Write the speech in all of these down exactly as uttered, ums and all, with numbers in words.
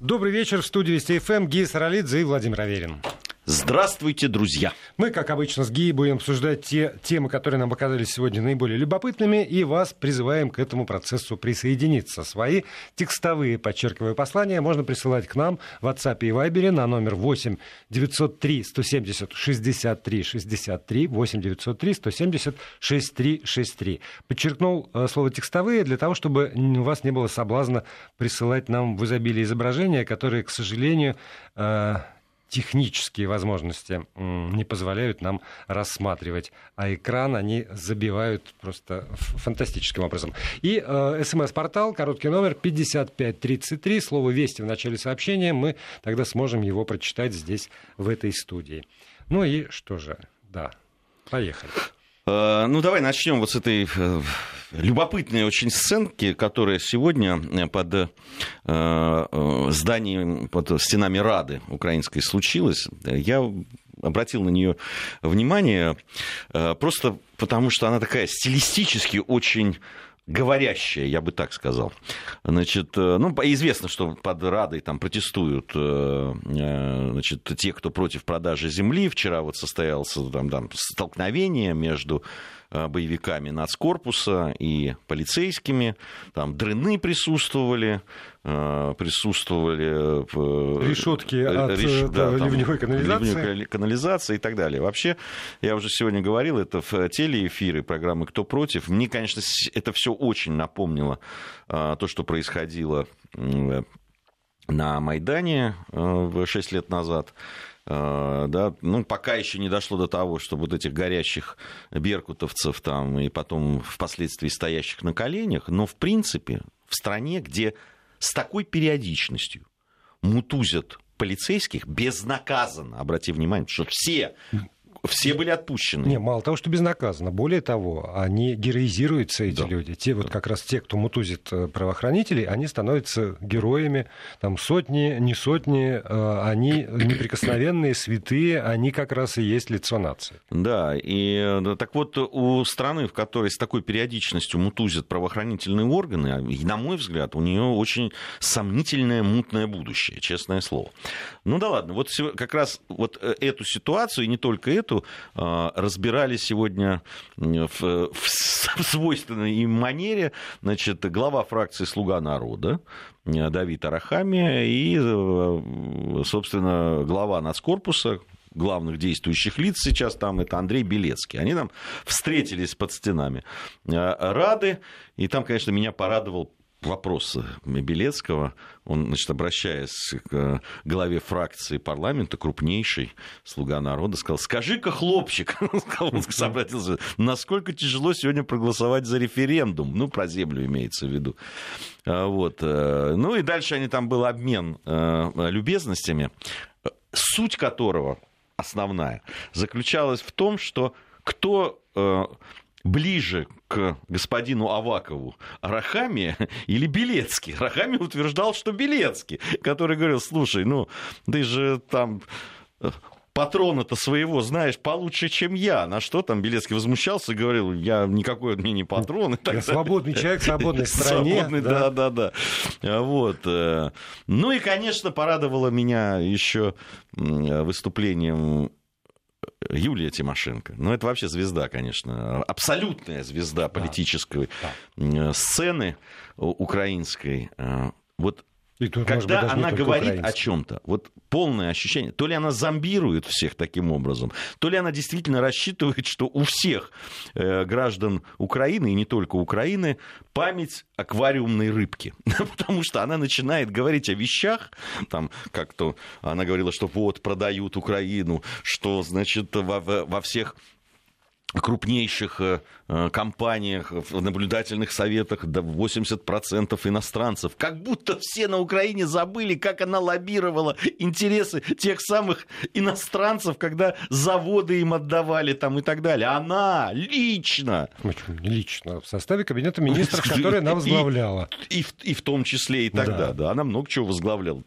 Добрый вечер. В студии Вести эф эм Гия Саралидзе и Владимир Аверин. Здравствуйте, друзья! Мы, как обычно, с Гией будем обсуждать те темы, которые нам показались сегодня наиболее любопытными, и вас призываем к этому процессу присоединиться. Свои текстовые, подчеркиваю, послания можно присылать к нам в WhatsApp и Viber на номер восемь девятьсот три сто семьдесят шестьдесят три шестьдесят три, восемь девятьсот три сто семьдесят шестьдесят три шестьдесят три. Подчеркнул э, слово «текстовые» для того, чтобы у вас не было соблазна присылать нам в изобилии изображения, которые, к сожалению, э, технические возможности не позволяют нам рассматривать, а экран они забивают просто фантастическим образом. И э, смс-портал, короткий номер пятьдесят пять тридцать три, слово «Вести» в начале сообщения, мы тогда сможем его прочитать здесь, в этой студии. Ну и что же, да, поехали. Ну, давай начнем вот с этой любопытной очень сценки, которая сегодня под зданием, под стенами Рады украинской случилась. Я обратил на нее внимание просто потому, что она такая стилистически очень говорящая, я бы так сказал. Значит, ну, известно, что под Радой там протестуют, значит, те, кто против продажи земли. Вчера вот состоялось там, там, столкновение между боевиками нацкорпуса и полицейскими. Там дрыны присутствовали, присутствовали решетки от реш... да, да, ливневой канализации. ливневой канализации и так далее. Вообще, я уже сегодня говорил, это в телеэфире программы «Кто против». Мне, конечно, это все очень напомнило то, что происходило на Майдане шесть лет назад. Да, ну, пока еще не дошло до того, что вот этих горящих беркутовцев там, и потом впоследствии стоящих на коленях, но в принципе в стране, где с такой периодичностью мутузят полицейских безнаказанно, обрати внимание, что все... Все были отпущены. Не, мало того, что безнаказанно. Более того, они героизируются, эти да. люди. Те, вот как раз те, кто мутузит правоохранителей, они становятся героями. Там сотни, не сотни, они неприкосновенные, святые, они как раз и есть лицо нации. Да, и так вот, у страны, в которой с такой периодичностью мутузят правоохранительные органы, на мой взгляд, у нее очень сомнительное, мутное будущее, честное слово. Ну да ладно, вот как раз вот эту ситуацию, и не только эту, разбирали сегодня в, в свойственной им манере, значит, глава фракции «Слуга народа» Давид Арахамия и, собственно, глава нацкорпуса, главных действующих лиц сейчас там, это Андрей Белецкий. Они там встретились под стенами Рады, и там, конечно, меня порадовал вопрос Белецкого. Он, значит, обращаясь к главе фракции парламента, крупнейшей, «Слуга народа», сказал: скажи-ка, хлопчик, он обратился, насколько тяжело сегодня проголосовать за референдум. Ну, про землю имеется в виду. Вот. Ну и дальше они там был обмен любезностями, суть которого, основная, заключалась в том, что кто ближе к господину Авакову, Арахамия или Белецкий? Арахамия утверждал, что Белецкий, который говорил: слушай, ну ты же там патрона-то своего знаешь получше, чем я. На что там Белецкий возмущался и говорил: я никакой мне не патрон. Я свободный человек в свободной стране. Свободный, да, да, да. Вот. Ну и, конечно, порадовало меня еще выступлением Юлия Тимошенко. Ну, это вообще звезда, конечно, абсолютная звезда политической да, да. сцены украинской. Вот тут, когда быть, она говорит украинской. О чем-то, вот полное ощущение, то ли она зомбирует всех таким образом, то ли она действительно рассчитывает, что у всех э, граждан Украины, и не только Украины, память аквариумной рыбки. Потому что она начинает говорить о вещах, там, как-то она говорила, что вот, продают Украину, что, значит, во, во всех крупнейших компаниях, в наблюдательных советах до восемьдесят процентов иностранцев. Как будто все на Украине забыли, как она лоббировала интересы тех самых иностранцев, когда заводы им отдавали там и так далее. Она лично. Почему не лично? В составе кабинета министров, который она возглавляла. И, и, в, и в том числе и тогда. Да. Да, она много чего возглавляла.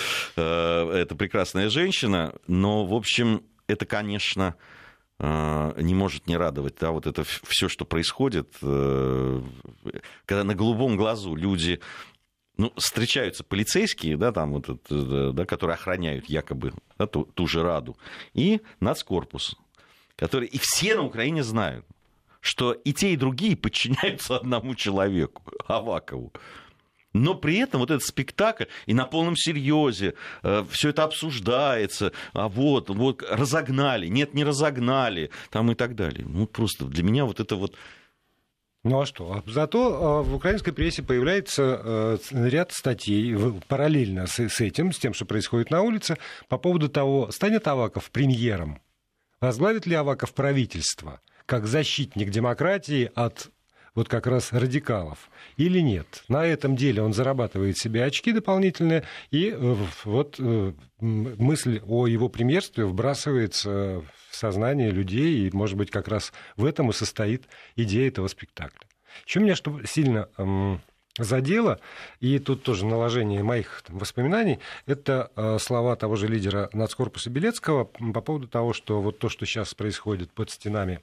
Эта прекрасная женщина. Но, в общем, это, конечно... не может не радовать, да, вот это все, что происходит, когда на голубом глазу люди ну, встречаются полицейские, да, там вот, да, которые охраняют якобы, да, ту, ту же Раду, и нацкорпус, который, и все на Украине знают, что и те, и другие подчиняются одному человеку, Авакову. Но при этом вот этот спектакль, и на полном серьезе э, все это обсуждается, а вот, вот разогнали, нет, не разогнали, там и так далее. Ну, просто для меня вот это вот... Ну а что? Зато в украинской прессе появляется ряд статей параллельно с этим, с тем, что происходит на улице, по поводу того, станет Аваков премьером, возглавит ли Аваков правительство, как защитник демократии от вот как раз радикалов, или нет. На этом деле он зарабатывает себе очки дополнительные, и вот мысль о его премьерстве вбрасывается в сознание людей, и, может быть, как раз в этом и состоит идея этого спектакля. Еще меня что сильно эм, задело, и тут тоже наложение моих там воспоминаний, это э, слова того же лидера нацкорпуса Белецкого по поводу того, что вот то, что сейчас происходит под стенами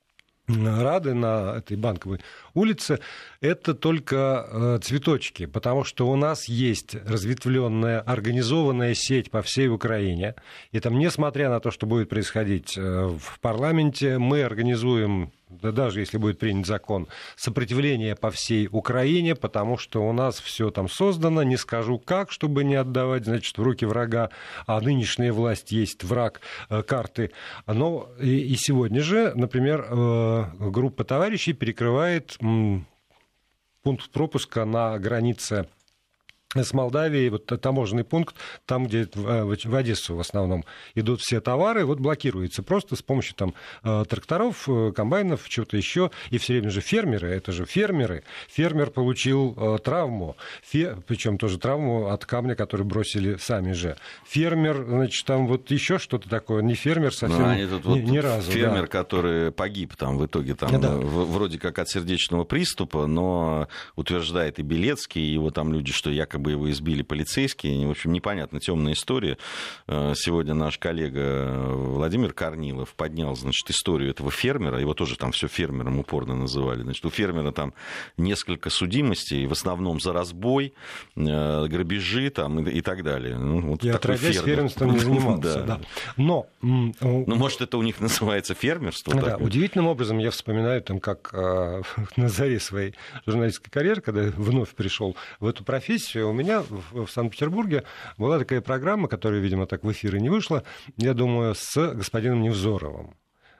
Рады на этой Банковой улице, это только э, цветочки, потому что у нас есть разветвленная, организованная сеть по всей Украине, и там, несмотря на то, что будет происходить э, в парламенте, мы организуем, да даже если будет принят закон, сопротивление по всей Украине, потому что у нас все там создано, не скажу как, чтобы не отдавать, значит, в руки врага, а нынешняя власть есть враг э, карты. Но и, и сегодня же, например, э, группа товарищей перекрывает м, пункт пропуска на границе с Молдавией, вот таможенный пункт, там, где в Одессу в основном идут все товары, вот блокируется просто с помощью там тракторов, комбайнов, чего-то еще, и все время же фермеры, это же фермеры, фермер получил травму, фе... причем тоже травму от камня, который бросили сами же. Фермер, значит, там вот еще что-то такое, не фермер совсем, ни, вот ни разу. Фермер, да. который погиб там в итоге, там, да. в, вроде как от сердечного приступа, но утверждает и Белецкий, и его там люди, что якобы его избили полицейские. В общем, непонятно, темная история. Сегодня наш коллега Владимир Корнилов поднял, значит, историю этого фермера. Его тоже там все фермером упорно называли. Значит, у фермера там несколько судимостей, в основном за разбой, грабежи там, и, и так далее. Ну, вот и отродясь фермерством не занимался. Да. Да. Но... Ну, может, это у них называется фермерство? Да, удивительным образом я вспоминаю, там, как э, на заре своей журналистской карьеры, когда я вновь пришел в эту профессию, у меня в Санкт-Петербурге была такая программа, которая, видимо, так в эфир и не вышла, я думаю, с господином Невзоровым,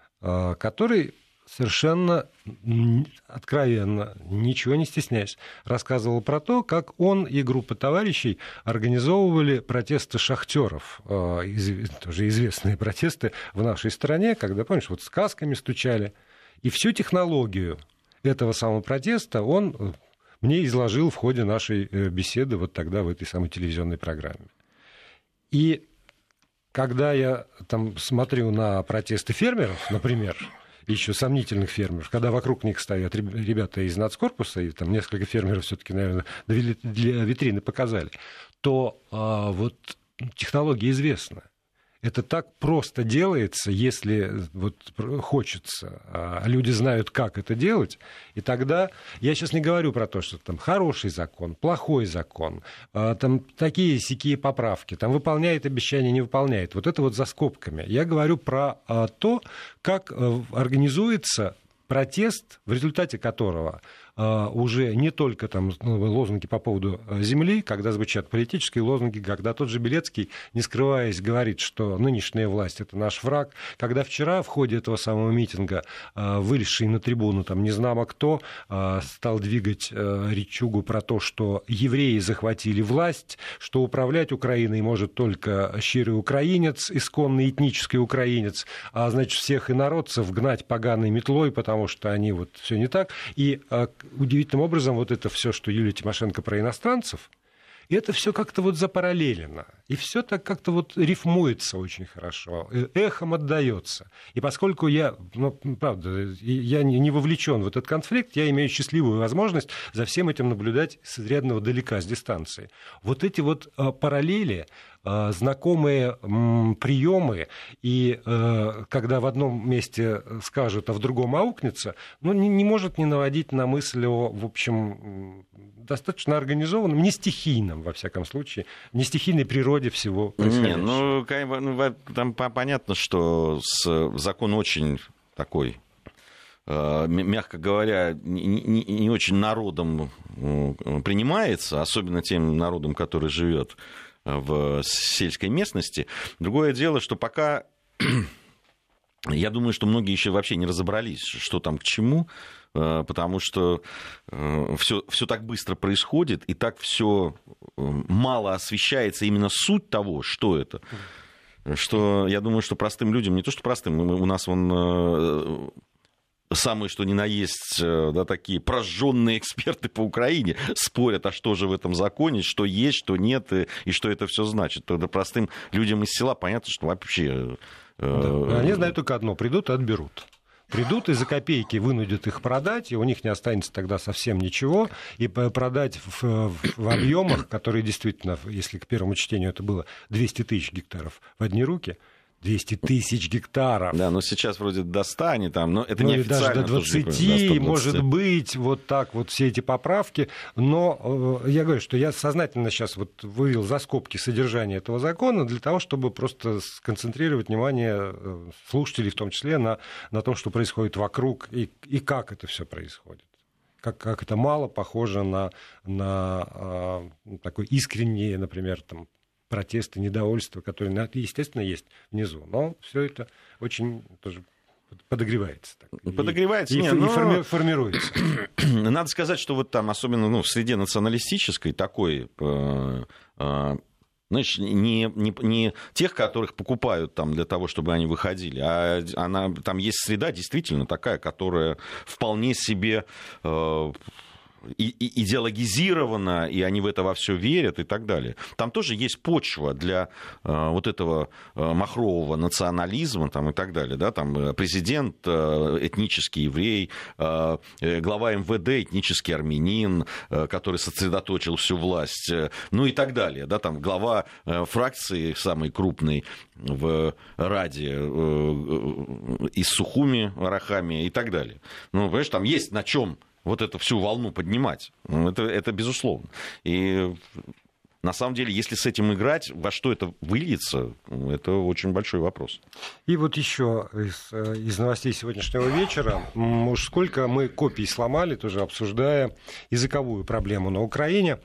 который совершенно откровенно, ничего не стесняясь, рассказывал про то, как он и группа товарищей организовывали протесты шахтеров, тоже известные протесты в нашей стране, когда, помнишь, вот с касками стучали, и всю технологию этого самого протеста он мне изложил в ходе нашей беседы вот тогда в этой самой телевизионной программе. И когда я там смотрю на протесты фермеров, например, еще сомнительных фермеров, когда вокруг них стоят ребята из нацкорпуса, и там несколько фермеров все-таки, наверное, для витрины показали, то а, вот технология известна. Это так просто делается, если вот хочется, а люди знают, как это делать, и тогда, я сейчас не говорю про то, что там хороший закон, плохой закон, там такие-сякие поправки, там выполняет обещание, не выполняет, вот это вот за скобками. Я говорю про то, как организуется протест, в результате которого Uh, уже не только там, ну, лозунги по поводу земли, когда звучат политические лозунги, когда тот же Белецкий, не скрываясь, говорит, что нынешняя власть — это наш враг, когда вчера в ходе этого самого митинга uh, вылезший на трибуну там незнамо кто uh, стал двигать uh, речугу про то, что евреи захватили власть, что управлять Украиной может только щирый украинец, исконный этнический украинец, а значит всех инородцев гнать поганой метлой, потому что они вот все не так, и uh, удивительным образом вот это все, что Юлия Тимошенко про иностранцев, это все как-то вот запараллелено. И все так как-то вот рифмуется очень хорошо, эхом отдается. И поскольку я, ну, правда, я не вовлечен в этот конфликт, я имею счастливую возможность за всем этим наблюдать с изрядного далека, с дистанции. Вот эти вот параллели, знакомые приемы, и когда в одном месте скажут, а в другом аукнется, ну, не, не может не наводить на мысль о, в общем, достаточно организованном, не стихийном, во всяком случае, не стихийной природе всего происходящего. Не, ну, там понятно, что закон очень такой, мягко говоря, не, не, не очень народом принимается, особенно тем народом, который живет в сельской местности. Другое дело, что пока, я думаю, что многие еще вообще не разобрались, что там к чему, потому что все, все так быстро происходит, и так все мало освещается именно суть того, что это. Что я думаю, что простым людям, не то что простым, у нас вон самые что ни на есть, да, такие прожженные эксперты по Украине спорят, а что же в этом законе, что есть, что нет, и, и что это все значит. Тогда простым людям из села понятно, что вообще... Да. Они знают только одно: придут и отберут. Придут и за копейки вынудят их продать, и у них не останется тогда совсем ничего, и продать в, в объемах, которые действительно, если к первому чтению это было двести тысяч гектаров в одни руки, двести тысяч гектаров. Да, но сейчас вроде до ста они там, но это ну, не официально. Даже до двадцати, может быть, вот так вот все эти поправки. Но э, я говорю, что я сознательно сейчас вот вывел за скобки содержание этого закона для того, чтобы просто сконцентрировать внимание слушателей, в том числе, на, на том, что происходит вокруг и, и как это все происходит. Как, как это мало похоже на, на э, такой искренний, например, там, протесты, недовольства, которые, естественно, есть внизу. Но все это очень тоже подогревается. Так, подогревается, и, не, и, но... и форми, формируется. Надо сказать, что вот там, особенно ну, в среде националистической, такой, э, э, знаешь, не, не, не тех, которых покупают там для того, чтобы они выходили, а она, там есть среда действительно такая, которая вполне себе... Э, И, и идеологизировано, и они в это во все верят и так далее. Там тоже есть почва для э, вот этого э, махрового национализма там, и так далее. Да? Там президент э, этнический еврей, э, глава эм вэ дэ этнический армянин, э, который сосредоточил всю власть, э, ну и так далее. Да? Там глава э, фракции самой крупной в Раде э, э, из Сухуми, Арахами и так далее. Ну, понимаешь, там есть на чем вот эту всю волну поднимать. Это, это безусловно. И на самом деле, если с этим играть, во что это выльется, это очень большой вопрос. И вот еще из, из новостей сегодняшнего вечера. Уж сколько мы копий сломали, тоже обсуждая языковую проблему на Украине.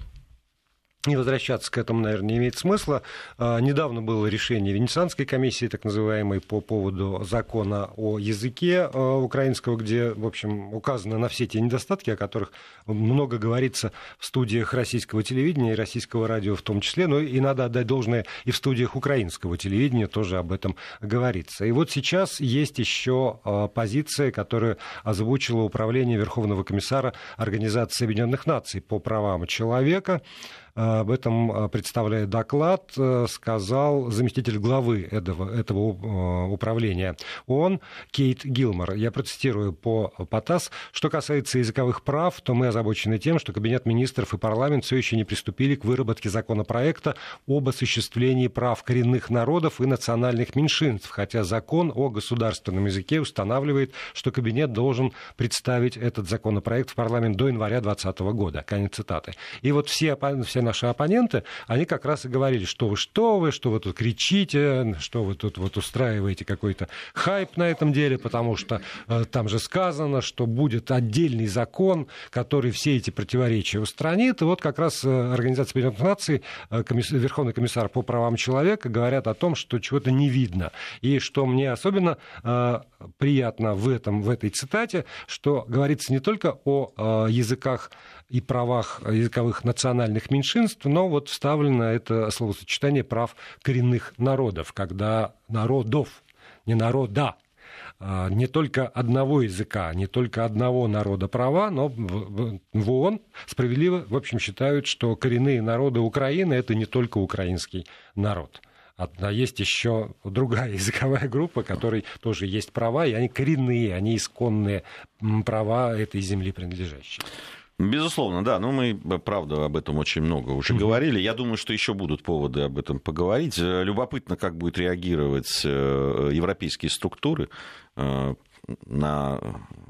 И возвращаться к этому, наверное, не имеет смысла. Недавно было решение Венецианской комиссии, так называемой, по поводу закона о языке украинского, где, в общем, указано на все те недостатки, о которых много говорится в студиях российского телевидения и российского радио в том числе. Но и надо отдать должное, и в студиях украинского телевидения тоже об этом говорится. И вот сейчас есть еще позиция, которую озвучило Управление Верховного комиссара Организации Объединенных Наций по правам человека. Об этом, представляя доклад, сказал заместитель главы этого, этого управления ООН Кейт Гилмор. Я процитирую по, по ТАСС. Что касается языковых прав, то мы озабочены тем, что Кабинет министров и парламент все еще не приступили к выработке законопроекта об осуществлении прав коренных народов и национальных меньшинств, хотя закон о государственном языке устанавливает, что Кабинет должен представить этот законопроект в парламент до января двадцатого года. Конец цитаты. И вот все, все наши оппоненты, они как раз и говорили, что вы, что вы, что вы тут кричите, что вы тут вот устраиваете какой-то хайп на этом деле, потому что э, там же сказано, что будет отдельный закон, который все эти противоречия устранит. И вот как раз э, Организация Объединенных Наций, э, комисс... Верховный комиссар по правам человека говорят о том, что чего-то не видно. И что мне особенно э, приятно в, этом, в этой цитате, что говорится не только о э, языках и правах языковых национальных меньшинств, но вот вставлено это словосочетание прав коренных народов, когда народов, не народа, не только одного языка, не только одного народа права, но в ООН справедливо, в общем, считают, что коренные народы Украины — это не только украинский народ. А есть еще другая языковая группа, которой тоже есть права, и они коренные, они исконные права этой земли принадлежащие. Безусловно, да. Но мы, правда, об этом очень много уже mm-hmm. говорили. Я думаю, что еще будут поводы об этом поговорить. Любопытно, как будут реагировать европейские структуры на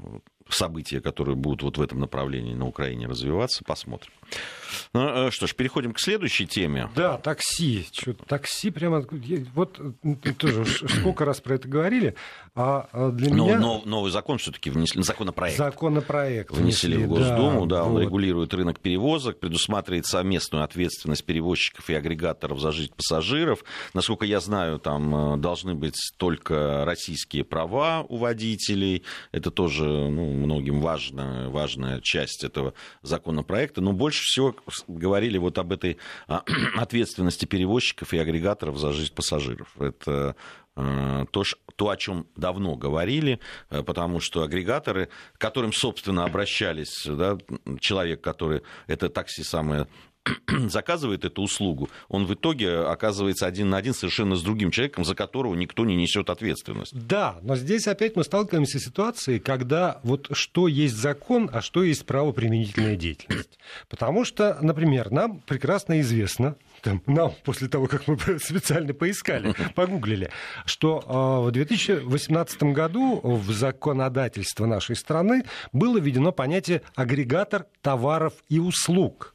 события, которые будут вот в этом направлении на Украине развиваться. Посмотрим. Ну, что ж, переходим к следующей теме. Да, такси. Что-то такси прямо... Вот тоже сколько раз про это говорили. А для но, меня... но, новый закон все-таки внесли, законопроект. Законопроект внесли, внесли в Госдуму, да, да вот. Он регулирует рынок перевозок, предусматривает совместную ответственность перевозчиков и агрегаторов за жизнь пассажиров. Насколько я знаю, там должны быть только российские права у водителей. Это тоже, ну, многим важная, важная часть этого законопроекта. Но больше всего говорили вот об этой ответственности перевозчиков и агрегаторов за жизнь пассажиров. Это то, то, о чем давно говорили, потому что агрегаторы, к которым, собственно, обращались, да, человек, который это такси самое заказывает эту услугу, он в итоге оказывается один на один совершенно с другим человеком, за которого никто не несет ответственность. Да, но здесь опять мы сталкиваемся с ситуацией, когда вот что есть закон, а что есть правоприменительная деятельность. Потому что, например, нам прекрасно известно, там, нам, после того, как мы специально поискали, погуглили, что в две тысячи восемнадцатом году в законодательство нашей страны было введено понятие агрегатор товаров и услуг.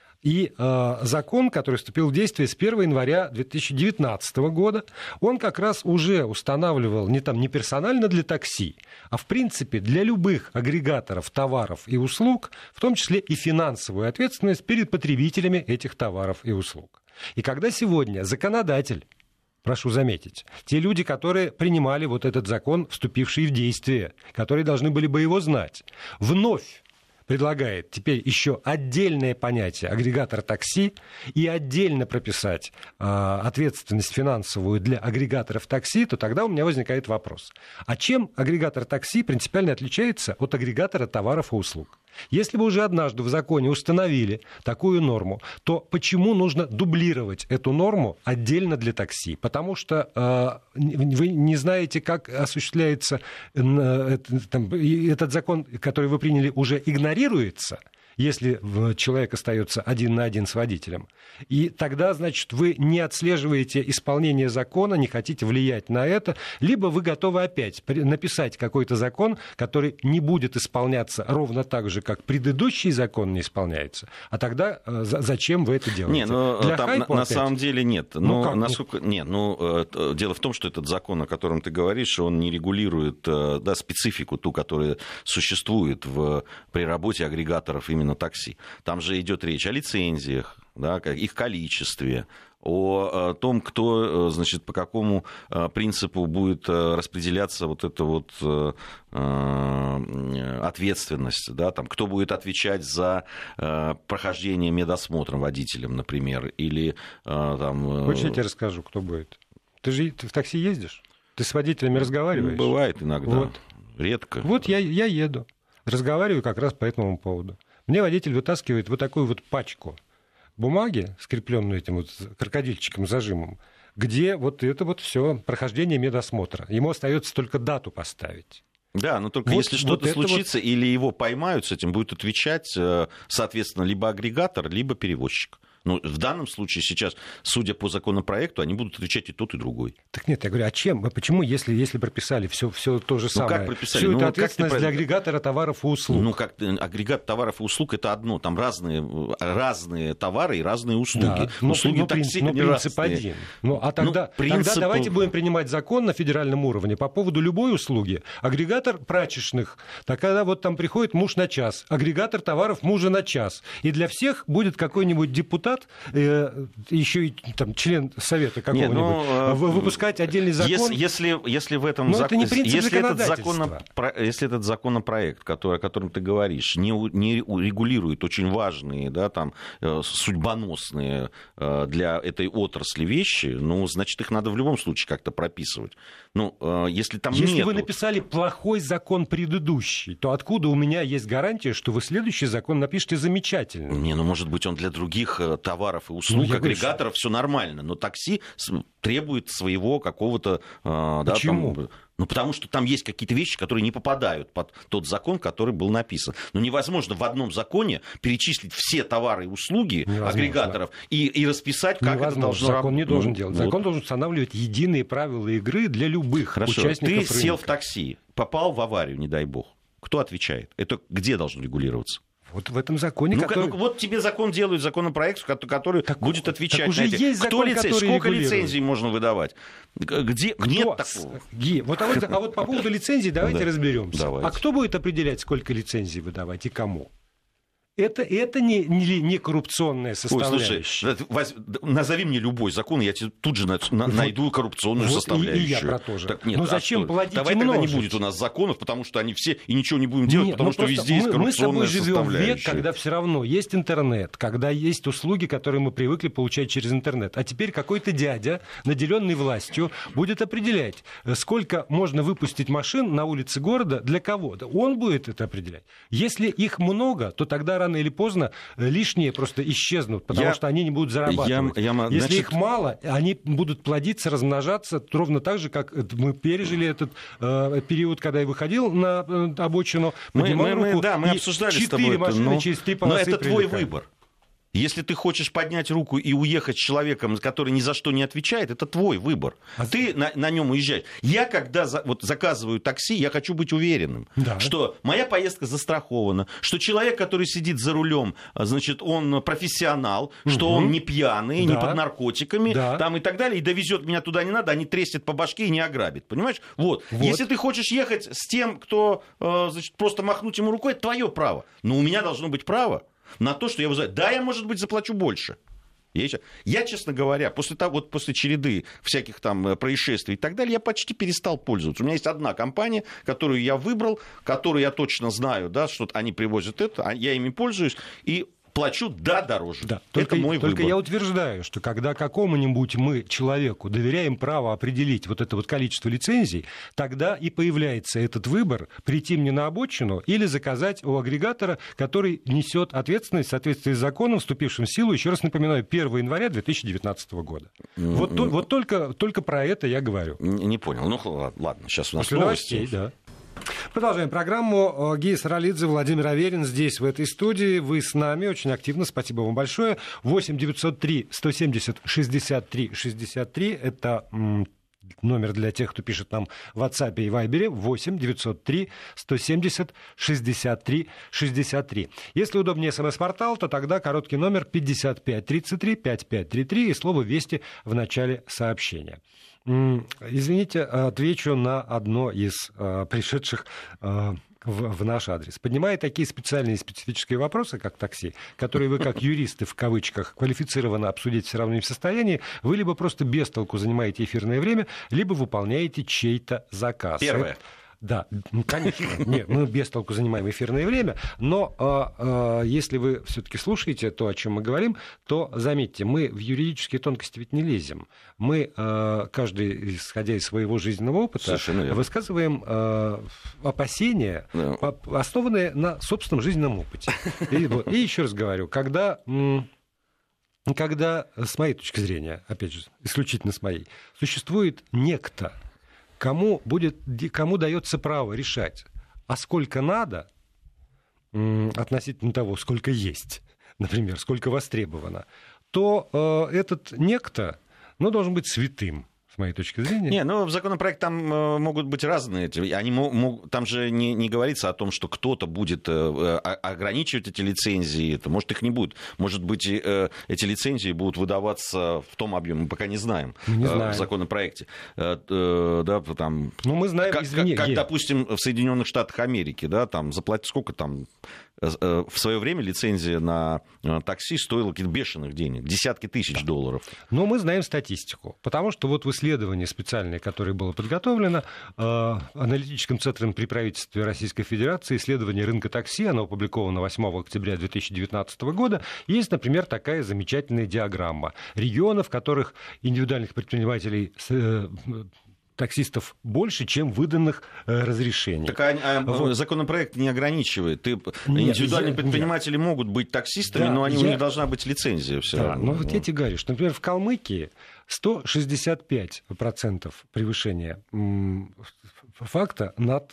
И э, закон, который вступил в действие с первого января две тысячи девятнадцатого года, он как раз уже устанавливал не, там, не персонально для такси, а в принципе для любых агрегаторов товаров и услуг, в том числе и финансовую ответственность перед потребителями этих товаров и услуг. И когда сегодня законодатель, прошу заметить, те люди, которые принимали вот этот закон, вступивший в действие, которые должны были бы его знать, вновь предлагает теперь еще отдельное понятие агрегатор такси и отдельно прописать э, ответственность финансовую для агрегаторов такси, то тогда у меня возникает вопрос. А чем агрегатор такси принципиально отличается от агрегатора товаров и услуг? Если вы уже однажды в законе установили такую норму, то почему нужно дублировать эту норму отдельно для такси? Потому что э, вы не знаете, как осуществляется э, там, этот закон, который вы приняли, уже игнорируется, если человек остается один на один с водителем. И тогда, значит, вы не отслеживаете исполнение закона, не хотите влиять на это, либо вы готовы опять написать какой-то закон, который не будет исполняться ровно так же, как предыдущий закон не исполняется. А тогда зачем вы это делаете? Не, ну, там, на, на самом деле нет. Ну, ну, насколько... не, ну, дело в том, что этот закон, о котором ты говоришь, он не регулирует, да, специфику ту, которая существует в, при работе агрегаторов именно такси. Там же идет речь о лицензиях, да, их количестве, о том, кто, значит, по какому принципу будет распределяться вот эта вот ответственность, да, там, кто будет отвечать за прохождение медосмотра водителем, например, или там... Хочешь, я тебе расскажу, кто будет? Ты же ты в такси ездишь? Ты с водителями разговариваешь? Бывает иногда, вот. Редко. Вот я, я еду, разговариваю как раз по этому поводу. Мне водитель вытаскивает вот такую вот пачку бумаги, скрепленную этим вот крокодильчиком, зажимом, где вот это вот все прохождение медосмотра. Ему остается только дату поставить. Да, но только вот, если что-то вот случится вот... или его поймают с этим, будет отвечать, соответственно, либо агрегатор, либо перевозчик. Ну, в данном случае сейчас, судя по законопроекту, они будут отвечать и тот, и другой. Так нет, я говорю, а чем? Почему, если, если прописали все, все то же самое? Ну, как прописали? Всю ну, эту ответственность ты... для агрегатора товаров и услуг. Ну, как агрегат товаров и услуг — это одно. Там разные, разные товары и разные услуги. Да, но, услуги но, такси, но они принцип разные. один. Ну, а тогда, ну, принцип... тогда давайте будем принимать закон на федеральном уровне по поводу любой услуги. Агрегатор прачечных. Тогда вот там приходит муж на час. Агрегатор товаров мужа на час. И для всех будет какой-нибудь депутат... Э, еще и там, член совета какого-нибудь, Нет, ну, выпускать отдельный закон. Если, если, если в этом зак... если, этот закон... если этот законопроект, который, о котором ты говоришь, не, не регулирует очень важные, да, там, судьбоносные для этой отрасли вещи, ну, значит, их надо в любом случае как-то прописывать. Ну, если там если нету... вы написали плохой закон предыдущий, то откуда у меня есть гарантия, что вы следующий закон напишете замечательно? Не, ну, может быть, он для других товаров и услуг, ну, агрегаторов, все нормально, но такси требует своего какого-то... Почему? Да, там, Ну, потому что там есть какие-то вещи, которые не попадают под тот закон, который был написан. Но невозможно в одном законе перечислить все товары и услуги невозможно. агрегаторов и, и расписать, как невозможно. Это должно работать. Закон не должен делать. Вот. Закон должен устанавливать единые правила игры для любых Хорошо. участников рынка. Ты сел в такси, попал в аварию, не дай бог. Кто отвечает? Это где должно регулироваться? Вот в этом законе, ну, который... ну, вот тебе закон делают, законопроект, который так, будет отвечать так уже на это. Есть Кто закон, лицензий? Сколько лицензий можно выдавать? Где? Кто? Нет такого. Ги, вот, а, вот, а вот по поводу лицензий давайте да. разберемся. Давайте. А кто будет определять, сколько лицензий выдавать и кому? Это, это не, не, не коррупционная составляющая. Ой, слушай, воз... назови мне любой закон, я тебе тут же на... вот, найду коррупционную вот составляющую. И, и я про то же. Так, нет, ну а зачем что? плодить Давай и тогда множить? не будет у нас законов, потому что они все и ничего не будем делать, нет, потому ну что везде есть мы, коррупционная мы с тобой составляющая. живем в век, когда все равно есть интернет, когда есть услуги, которые мы привыкли получать через интернет. А теперь какой-то дядя, наделенный властью, будет определять, сколько можно выпустить машин на улице города для кого-то. Он будет это определять. Если их много, то тогда рано или поздно лишние просто исчезнут, потому я, что они не будут зарабатывать. Я, я, Если значит... их мало, они будут плодиться, размножаться ровно так же, как мы пережили этот э, период, когда я выходил на э, обочину, поднимал мы, мы, руку, да, мы обсуждали с тобой четыре машины это, через три полосы но это прилетали. Твой выбор. Если ты хочешь поднять руку и уехать с человеком, который ни за что не отвечает, это твой выбор. А ты на, на нем уезжаешь. Я, когда за, вот, заказываю такси, я хочу быть уверенным, да. что моя поездка застрахована, что человек, который сидит за рулем, значит, он профессионал, угу. что он не пьяный, да. не под наркотиками, да. там, и так далее, и довезет меня туда не надо, а не треснет по башке и не ограбит. Понимаешь? Вот. Вот. Если ты хочешь ехать с тем, кто значит, просто махнуть ему рукой, это твое право. Но у меня должно быть право на то, что я вызываю. Да, я, может быть, заплачу больше. Я, я честно говоря, после, того, вот после череды всяких там происшествий и так далее, я почти перестал пользоваться. У меня есть одна компания, которую я выбрал, которую я точно знаю, да, что они привозят это, я ими пользуюсь, и плачу, да, дороже. Да, только, это мой только выбор. Я утверждаю, что когда какому-нибудь мы человеку доверяем право определить вот это вот количество лицензий, тогда и появляется этот выбор прийти мне на обочину или заказать у агрегатора, который несет ответственность в соответствии с законом, вступившим в силу, еще раз напоминаю, первого января две тысячи девятнадцатого года. Mm-hmm. Вот, то, вот только, только про это я говорю. Не, не понял. Ну, ладно, сейчас у нас После новости. новостей, да. Продолжаем программу. Гия Саралидзе, Владимир Аверин здесь, в этой студии. Вы с нами очень активно. Спасибо вам большое. восемь девятьсот три сто семьдесят шестьдесят три шестьдесят три. Это м, номер для тех, кто пишет нам в WhatsApp и Viber. восемь девятьсот три сто семьдесят шестьдесят три шестьдесят три. Если удобнее смс-портал, то тогда короткий номер пятьдесят пять тридцать три пятьдесят пять тридцать три и слово «Вести» в начале сообщения. Извините, отвечу на одно из uh, пришедших uh, в, в наш адрес. Поднимая такие специальные и специфические вопросы, как такси, которые вы, как юристы, в кавычках, квалифицированно обсудить все равно не в состоянии, вы либо просто без толку занимаете эфирное время, либо выполняете чей-то заказ. Первое. Да, конечно. Нет, мы без толку занимаем эфирное время, но э, э, если вы все-таки слушаете то, о чем мы говорим, то заметьте, мы в юридические тонкости ведь не лезем. Мы, э, каждый, исходя из своего жизненного опыта, высказываем э, опасения, no. по, основанные на собственном жизненном опыте. И, вот, и еще раз говорю, когда... М- когда, с моей точки зрения, опять же, исключительно с моей, существует некто, Кому, будет, кому дается право решать, а сколько надо, относительно того, сколько есть, например, сколько востребовано, то э, этот некто, ну, должен быть святым. С моей точки зрения. Не, ну в законопроекте там э, могут быть разные. Они мог, там же не, не говорится о том, что кто-то будет э, ограничивать эти лицензии. Это, может, их не будет. Может быть, э, эти лицензии будут выдаваться в том объеме, мы пока не знаем, мы не э, знаем. в законопроекте. Э, э, да, там, ну, мы знаем, как, извини, как, как допустим, в Соединенных Штатах Америки, да, там заплатить сколько там. В свое время лицензия на такси стоила каких-то бешеных денег, десятки тысяч долларов. Но мы знаем статистику, потому что вот в исследовании специальное, которое было подготовлено аналитическим центром при правительстве Российской Федерации, исследование рынка такси, оно опубликовано восьмого октября две тысячи девятнадцатого года, есть, например, такая замечательная диаграмма регионов, в которых индивидуальных предпринимателей таксистов больше, чем выданных э, разрешений. Так а, а вот. Законопроект не ограничивает. Ты, нет, индивидуальные я, предприниматели нет. могут быть таксистами, да, но они, я... у них должна быть лицензия. Все да, равно. но вот я тебе говорю, что, например, в Калмыкии сто шестьдесят пять процентов превышения м- факта над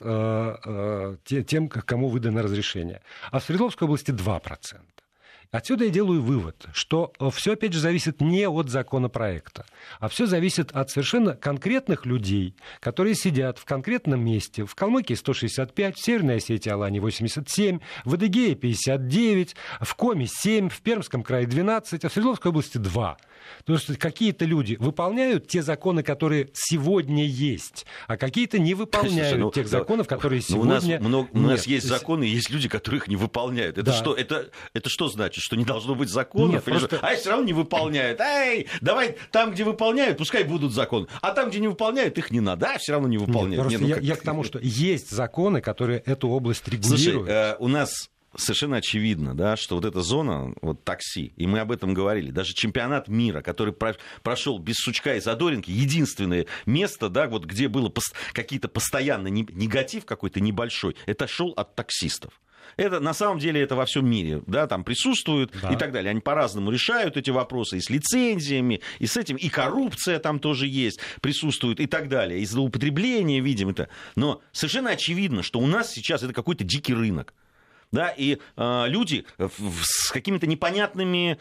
э, э, тем, кому выдано разрешение. А в Свердловской области два процента. Отсюда я делаю вывод, что все, опять же, зависит не от законопроекта, а все зависит от совершенно конкретных людей, которые сидят в конкретном месте. В Калмыкии сто шестьдесят пять, в Северной Осетии Алании восемьдесят семь, в Адыгее пятьдесят девять, в Коми семь, в Пермском крае двенадцать, а в Свердловской области два. То есть какие-то люди выполняют те законы, которые сегодня есть, а какие-то не выполняют Слушай, ну, тех законов, которые ну, сегодня у нас, много, у нас есть законы, есть люди, которые их не выполняют. Это, да. что, это, это что значит? Что не должно быть законов? Нет, просто... А все равно не выполняют. Эй, давай там, где выполняют, пускай будут законы. А там, где не выполняют, их не надо. А все равно не выполняют. Нет, не, ну, я, как... я к тому, что есть законы, которые эту область регулируют. Слушай, э, у нас... Совершенно очевидно, да, что вот эта зона, вот такси, и мы об этом говорили, даже чемпионат мира, который про- прошел без сучка и задоринки, единственное место, да, вот где было пос- какие-то постоянно не- негатив какой-то небольшой, это шел от таксистов. Это на самом деле это во всем мире, да, там присутствуют да. и так далее. Они по-разному решают эти вопросы и с лицензиями, и с этим, и коррупция там тоже есть, присутствует и так далее, и злоупотребление, видим это. Но совершенно очевидно, что у нас сейчас это какой-то дикий рынок. Да, и э, люди с какими-то непонятными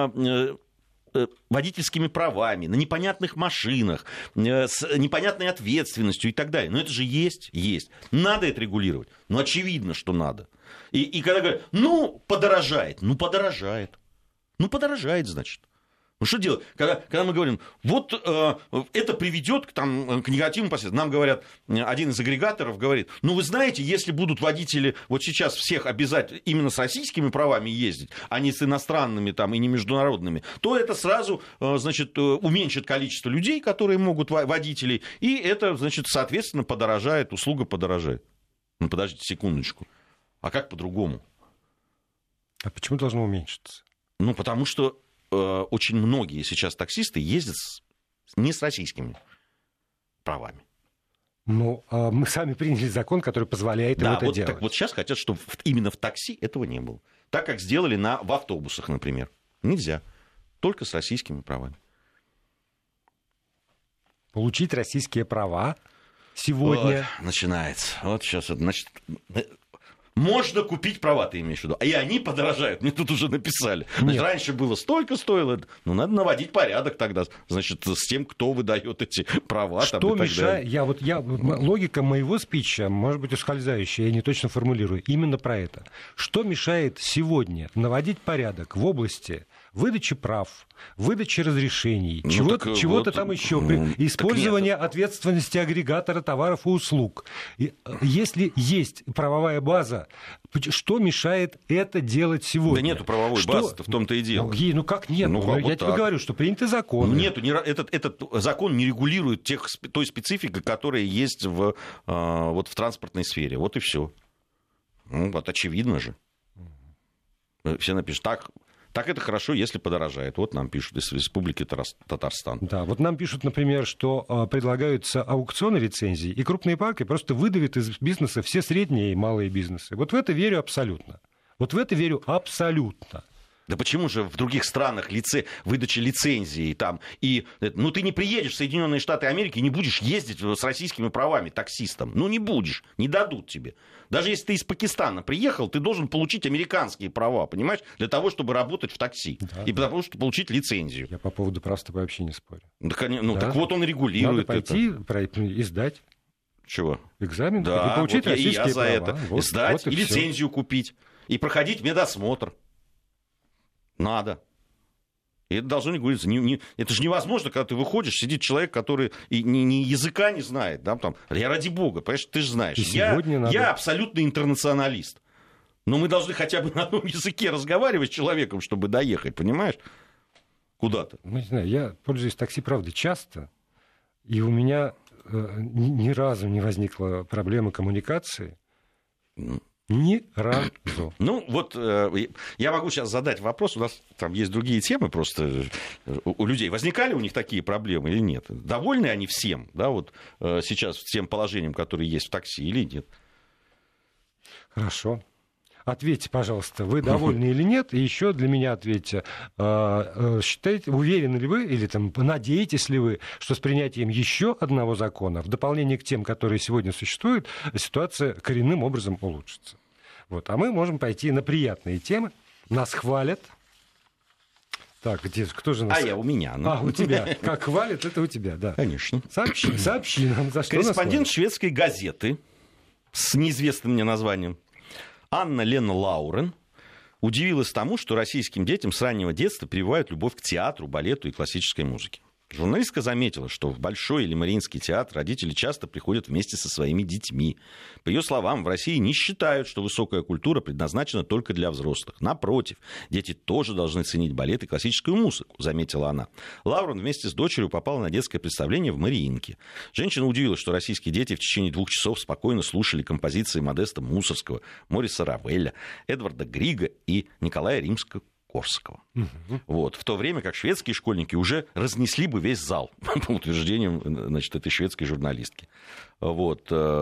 э, э, водительскими правами, на непонятных машинах, э, с непонятной ответственностью и так далее. Но это же есть, есть. Надо это регулировать. Ну, очевидно, что надо. И, и когда говорят, ну, подорожает. Ну, подорожает. Ну, подорожает, значит. Ну, что делать? Когда, когда мы говорим, вот э, это приведет к, там, к негативным последствиям. Нам говорят, один из агрегаторов говорит, ну, вы знаете, если будут водители вот сейчас всех обязать именно с российскими правами ездить, а не с иностранными там, и не международными, то это сразу, э, значит, уменьшит количество людей, которые могут, водителей, и это, значит, соответственно, подорожает, услуга подорожает. Ну, подождите секундочку. А как по-другому? А почему должно уменьшиться? Ну, потому что очень многие сейчас таксисты ездят с, не с российскими правами. Ну, мы сами приняли закон, который позволяет да, им это вот, делать. Так вот сейчас хотят, чтобы именно в такси этого не было. Так, как сделали на, в автобусах, например. Нельзя. Только с российскими правами. Получить российские права сегодня... Вот, начинается. Вот сейчас, значит... Можно купить права, ты имеешь в виду. И они подорожают. Мне тут уже написали. Значит, раньше было столько стоило. Ну, надо наводить порядок тогда. Значит, с тем, кто выдает эти права. Что там, мешает? Я вот я логика моего спича, может быть, ускользающая, я не точно формулирую. Именно про это. Что мешает сегодня наводить порядок в области выдачи прав, выдачи разрешений, ну, чего-то, чего-то вот, там еще, ну, использование ответственности агрегатора товаров и услуг. И, если есть правовая база, что мешает это делать сегодня? Да нету правовой что... базы, в том-то и дело. Ну, ну как нет? Ну, ну, я вот тебе так. говорю, что приняты законы. Ну, нету, не, этот, этот закон не регулирует тех, той специфики, которая есть в, э, вот в транспортной сфере. Вот и все. Ну, вот очевидно же. Все напишут, так... Так это хорошо, если подорожает. Вот нам пишут из Республики Татарстан. Да, вот нам пишут, например, что э, предлагаются аукционы лицензий, и крупные парки просто выдавят из бизнеса все средние и малые бизнесы. Вот в это верю абсолютно. Вот в это верю абсолютно. Да почему же в других странах лице... выдача лицензии там и... Ну, ты не приедешь в Соединенные Штаты Америки и не будешь ездить с российскими правами таксистом. Ну, не будешь, не дадут тебе. Даже если ты из Пакистана приехал, ты должен получить американские права, понимаешь, для того, чтобы работать в такси. Да, и да. Потому что получить лицензию. Я по поводу прав с тобой вообще не спорю. Так, ну, да. так вот он Надо регулирует пойти, это. и сдать. Чего? Экзамен, да, и получить вот российские я за права. это. Вот, Сдать вот и и лицензию купить. И проходить медосмотр. Надо. И это должно не говориться. Не, не, это же невозможно, когда ты выходишь, сидит человек, который и ни, ни языка не знает. Да, там, я ради бога, понимаешь, ты же знаешь. Я, надо... я абсолютно интернационалист. Но мы должны хотя бы на одном языке разговаривать с человеком, чтобы доехать, понимаешь? Куда-то. Ну, не знаю, я пользуюсь такси, правда, часто. И у меня э, ни, ни разу не возникла проблемы коммуникации. Ни разу. Ну, вот э, я могу сейчас задать вопрос. У нас там есть другие темы просто. У, у людей возникали у них такие проблемы или нет? Довольны они всем, да, вот э, сейчас тем положением, которое есть в такси, или нет? Хорошо. Ответьте, пожалуйста, вы довольны или нет? И еще для меня ответьте. Считаете, уверены ли вы или там, надеетесь ли вы, что с принятием еще одного закона, в дополнение к тем, которые сегодня существуют, ситуация коренным образом улучшится? Вот. А мы можем пойти на приятные темы. Нас хвалят. Так, где, кто же нас... А я у меня. Ну. А, у тебя. Как хвалят, это у тебя, да. Конечно. Сообщи, сообщи нам, за что нас хвалят. Корреспондент шведской газеты с неизвестным мне названием Анна-Лена Лаурен удивилась тому, что российским детям с раннего детства прививают любовь к театру, балету и классической музыке. Журналистка заметила, что в Большой или Мариинский театр родители часто приходят вместе со своими детьми. По ее словам, в России не считают, что высокая культура предназначена только для взрослых. Напротив, дети тоже должны ценить балет и классическую музыку, заметила она. Лаурен вместе с дочерью попала на детское представление в Мариинке. Женщина удивилась, что российские дети в течение двух часов спокойно слушали композиции Модеста Мусоргского, Мориса Равеля, Эдварда Грига и Николая Римского. Корсакова. Uh-huh. Вот. В то время как шведские школьники уже разнесли бы весь зал, по утверждениям, значит, этой шведской журналистки. Вот.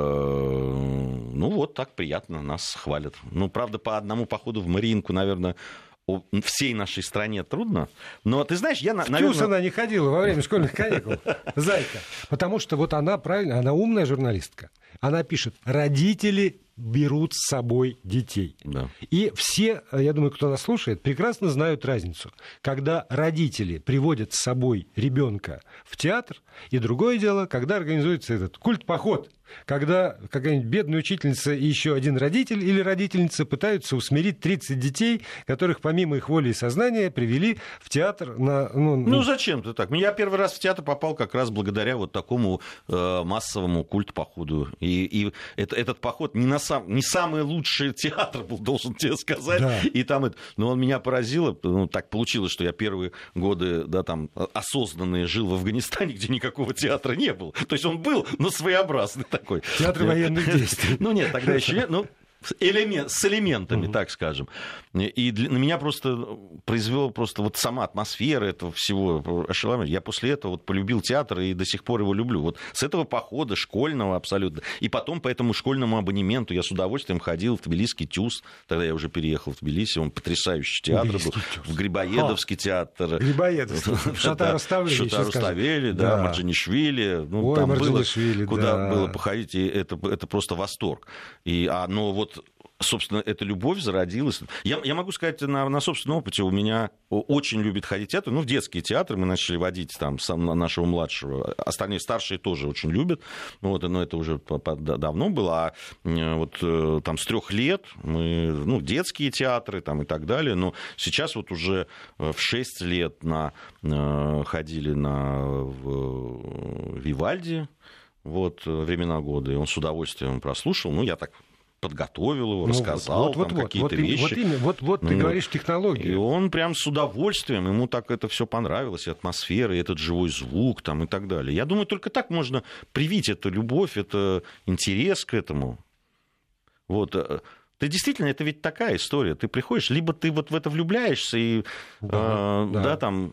Ну вот, так приятно, нас хвалят. Ну, правда, по одному походу в Мариинку, наверное, всей нашей стране трудно. Но ты знаешь, я, в наверное... ТЮЗ она не ходила во время школьных каникул, зайка. Потому что вот она, правильно, она умная журналистка. Она пишет: родители берут с собой детей. Да. И все, я думаю, кто нас слушает, прекрасно знают разницу. Когда родители приводят с собой ребенка в театр, и другое дело, когда организуется этот культ-поход, когда какая-нибудь бедная учительница и еще один родитель или родительница пытаются усмирить тридцать детей, которых помимо их воли и сознания привели в театр на... Ну, ну зачем ты так? Я первый раз в театр попал как раз благодаря вот такому э, массовому культ-походу. И, и это, этот поход не, на сам, не самый лучший театр был, должен тебе сказать. Да. И там это, но он меня поразило. Ну, так получилось, что я первые годы, да, там, осознанные жил в Афганистане, где никакого театра не было. То есть он был, но своеобразный такой. Театр военных действий. Ну нет, тогда еще нет. Ну, элемент, с элементами, uh-huh. так скажем. И для, на меня просто произвела просто вот сама атмосфера этого всего ошеломления. Я после этого вот полюбил театр и до сих пор его люблю. Вот с этого похода школьного абсолютно. И потом по этому школьному абонементу я с удовольствием ходил в Тбилисский ТЮЗ. Тогда я уже переехал в Тбилиси. Он потрясающий театр был. В Грибоедовский а, театр. Грибоедовский. Шатаруставели, да, Марджанишвили. Ну, Ой, там Марджанишвили, было, куда да. было походить. И это, это просто восторг. И, а, но вот собственно, эта любовь зародилась. Я, я могу сказать на, на собственном опыте, у меня очень любит ходить театр. Ну, в детские театры мы начали водить там нашего младшего. Остальные старшие тоже очень любят. Вот, но это уже давно было. А вот там с трех лет мы, ну, детские театры там, и так далее. Но сейчас вот уже в шесть лет на, ходили на в Вивальди. Вот, времена года. И он с удовольствием прослушал. Ну, я так... подготовил его, ну, рассказал вот, вот, там вот, какие-то вот, вещи. Вот, именно, вот, вот ты ну, говоришь технологию. И он прям с удовольствием, ему так это все понравилось, и атмосфера, и этот живой звук там, и так далее. Я думаю, только так можно привить эту любовь, это интерес к этому. Вот. Ты действительно, это ведь такая история. Ты приходишь, либо ты вот в это влюбляешься, и да, э, да. да там...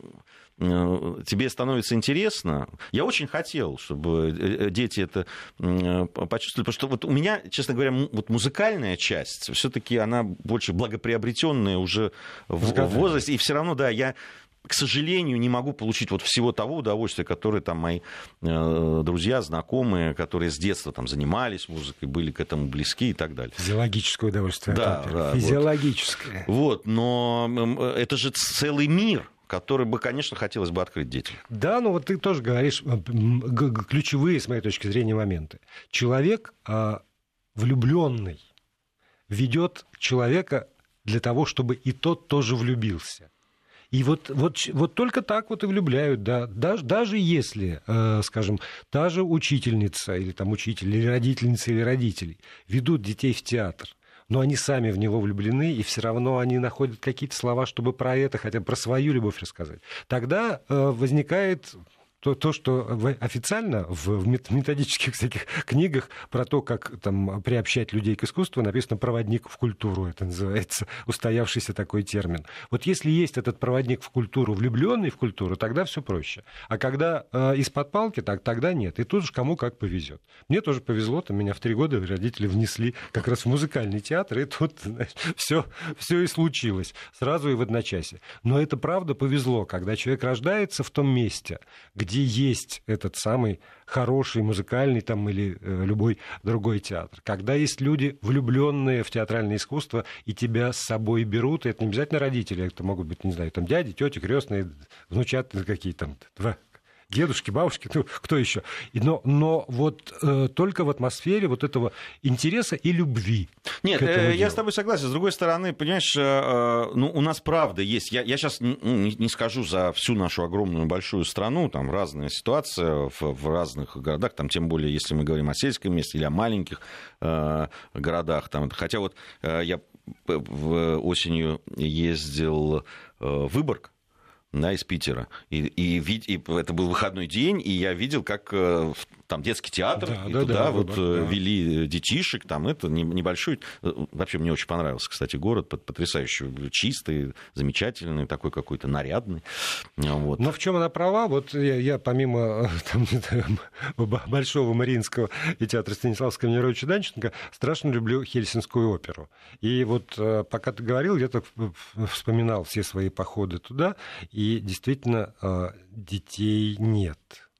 тебе становится интересно. Я очень хотел, чтобы дети это почувствовали, потому что вот у меня, честно говоря, вот музыкальная часть, все-таки она больше благоприобретенная уже в, в возрасте, и все равно, да, я, к сожалению, не могу получить вот всего того удовольствия, которое там мои э, друзья, знакомые, которые с детства там занимались музыкой, были к этому близки и так далее. Физиологическое удовольствие. Да, да, физиологическое. Вот, но это же целый мир, который бы, конечно, хотелось бы открыть детям. Да, но вот ты тоже говоришь ключевые, с моей точки зрения, моменты. Человек влюбленный ведет человека для того, чтобы и тот тоже влюбился. И вот, вот, вот только так вот и влюбляют, да. Даже, даже если, э, скажем, та же учительница или там учитель, или родительница, или родители ведут детей в театр, но они сами в него влюблены, и все равно они находят какие-то слова, чтобы про это, хотя бы про свою любовь рассказать. Тогда э, возникает То, то, что официально в, в методических всяких книгах про то, как там приобщать людей к искусству, написано «проводник в культуру», это называется, устоявшийся такой термин. Вот если есть этот проводник в культуру, влюбленный в культуру, тогда все проще. А когда э, из-под палки, так, тогда нет. И тут же кому как повезет. Мне тоже повезло, там меня в три года родители внесли как раз в музыкальный театр, и тут, значит, все, все и случилось. Сразу и в одночасье. Но это правда повезло, когда человек рождается в том месте, где где есть этот самый хороший музыкальный там, или э, любой другой театр. Когда есть люди, влюбленные в театральное искусство, и тебя с собой берут, и это не обязательно родители, это могут быть, не знаю, там дяди, тети, крестные, внучаты какие там, два, дедушки, бабушки, ну, кто еще. Но, но вот э, только в атмосфере вот этого интереса и любви. Нет, э, я с тобой согласен. С другой стороны, понимаешь, э, ну, у нас правда есть. Я, я сейчас ну, не, не скажу за всю нашу огромную большую страну, там разная ситуация в, в разных городах, там, тем более, если мы говорим о сельском месте или о маленьких э, городах. Там, хотя вот э, я в, осенью ездил э, в Выборг, да, из Питера. И, и, и это был выходной день, и я видел, как там детский театр, да, и да, туда да, вот выбор, да. вели детишек, там это небольшой... Вообще мне очень понравился, кстати, город, потрясающий, чистый, замечательный, такой какой-то нарядный. Вот. Но в чем она права? Вот я, я помимо там, Большого Мариинского и театра Станиславского Немировича Данченко страшно люблю Хельсинскую оперу. И вот пока ты говорил, я так вспоминал все свои походы туда, и действительно детей нет.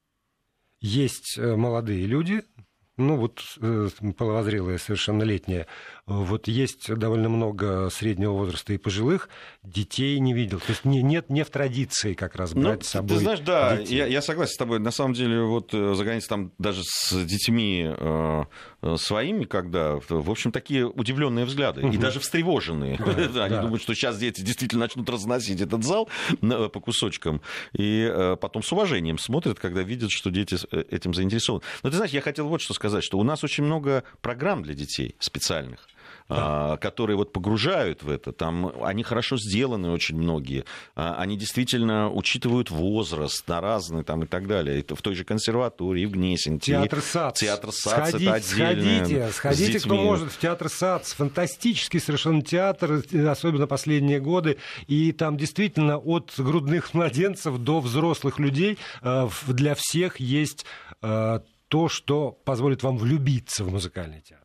Есть молодые люди, ну вот половозрелые, совершеннолетние, вот есть довольно много среднего возраста и пожилых, детей не видел. То есть не, нет не в традиции как раз брать ну, с собой. Ты знаешь, да, я, я согласен с тобой. На самом деле, вот за границей там даже с детьми э, своими, когда, в общем, такие удивленные взгляды, угу. и даже встревоженные. Да, да, они да. думают, что сейчас дети действительно начнут разносить этот зал по кусочкам, и э, потом с уважением смотрят, когда видят, что дети этим заинтересованы. Но ты знаешь, я хотел вот что сказать, что у нас очень много программ для детей специальных. Да. которые вот погружают в это. Там они хорошо сделаны, очень многие. Они действительно учитывают возраст на разные там, и так далее. Это в той же консерватории, и в Гнесинке. Театр САЦ. Театр САЦ, сходите, это отдельное. Сходите, сходите кто может, в театр САЦ. Фантастический совершенно театр, особенно последние годы. И там действительно от грудных младенцев до взрослых людей для всех есть то, что позволит вам влюбиться в музыкальный театр.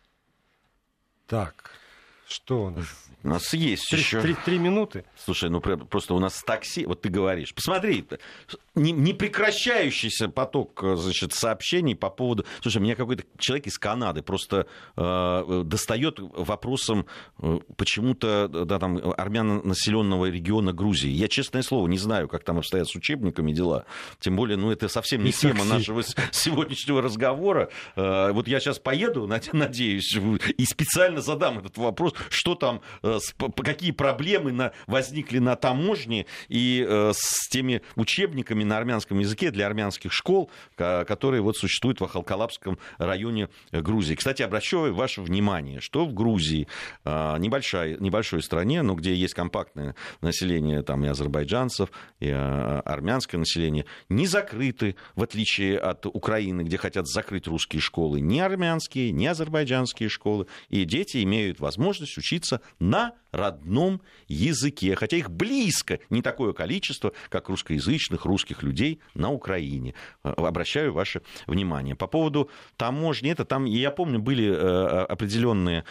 Так, что у нас? У нас есть три, еще... Три, три минуты. Слушай, ну просто у нас такси, вот ты говоришь, посмотри, непрекращающийся поток, значит, сообщений по поводу... Слушай, меня какой-то человек из Канады просто э, достает вопросом э, почему-то да, там, армяно-населенного региона Грузии. Я, честное слово, не знаю, как там обстоят с учебниками дела. Тем более, ну, это совсем не и тема такси. Нашего сегодняшнего разговора. Э, вот я сейчас поеду, надеюсь, и специально задам этот вопрос, что там... какие проблемы на, возникли на таможне и э, с теми учебниками на армянском языке для армянских школ, которые вот существуют в Ахалкалапском районе Грузии. Кстати, обращаю ваше внимание, что в Грузии, э, небольшой, небольшой стране, но где есть компактное население, там и азербайджанцев, и э, армянское население, не закрыты, в отличие от Украины, где хотят закрыть русские школы, ни армянские, ни азербайджанские школы, и дети имеют возможность учиться на родном языке, хотя их близко не такое количество, как русскоязычных русских людей на Украине. Обращаю ваше внимание. По поводу таможни, это там, я помню, были определенные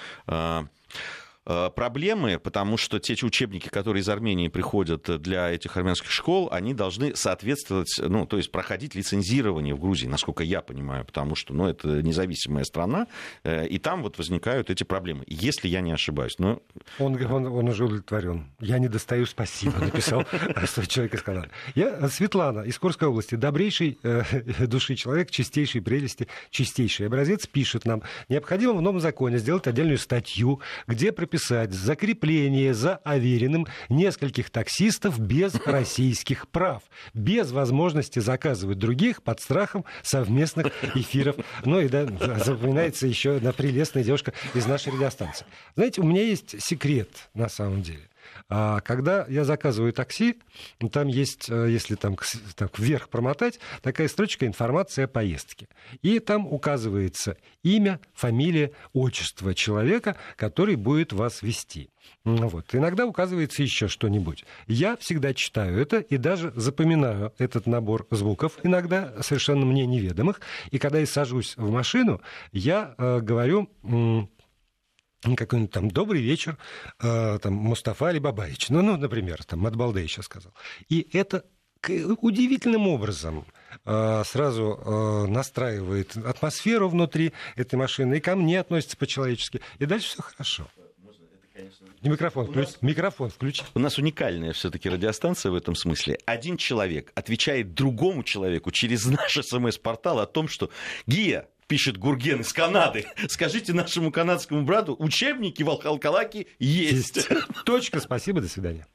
проблемы, потому что те учебники, которые из Армении приходят для этих армянских школ, они должны соответствовать, ну, то есть проходить лицензирование в Грузии, насколько я понимаю, потому что, ну, это независимая страна, и там вот возникают эти проблемы, если я не ошибаюсь. Но... Он, он, он уже удовлетворен. Я не достаю, спасибо, написал человек из Канады. Я Светлана из Курской области, добрейшей души человек, чистейшей прелести, чистейший образец, пишет нам, необходимо в новом законе сделать отдельную статью, где прописать закрепление за Авериным нескольких таксистов без российских прав, без возможности заказывать других под страхом совместных эфиров. Ну и да, запоминается еще одна прелестная девушка из нашей радиостанции. Знаете, у меня есть секрет на самом деле. А когда я заказываю такси, там есть, если там так вверх промотать, такая строчка «Информация о поездке». И там указывается имя, фамилия, отчество человека, который будет вас везти. Вот. Иногда указывается еще что-нибудь. Я всегда читаю это и даже запоминаю этот набор звуков, иногда совершенно мне неведомых. И когда я сажусь в машину, я э, говорю... М- какой-нибудь там «добрый вечер», э, там, Мустафа Алибабаевич, ну, ну, например, там, Матбалдей еще сказал. И это удивительным образом э, сразу э, настраивает атмосферу внутри этой машины, и ко мне относится по-человечески, и дальше все хорошо. Микрофон, включ... нас... Микрофон включи. У нас уникальная все-таки радиостанция в этом смысле. Один человек отвечает другому человеку через наш СМС-портал о том, что «Гия», пишет Гурген из Канады, скажите нашему канадскому брату, учебники в Алхалкалаке есть. есть. Точка, спасибо, до свидания.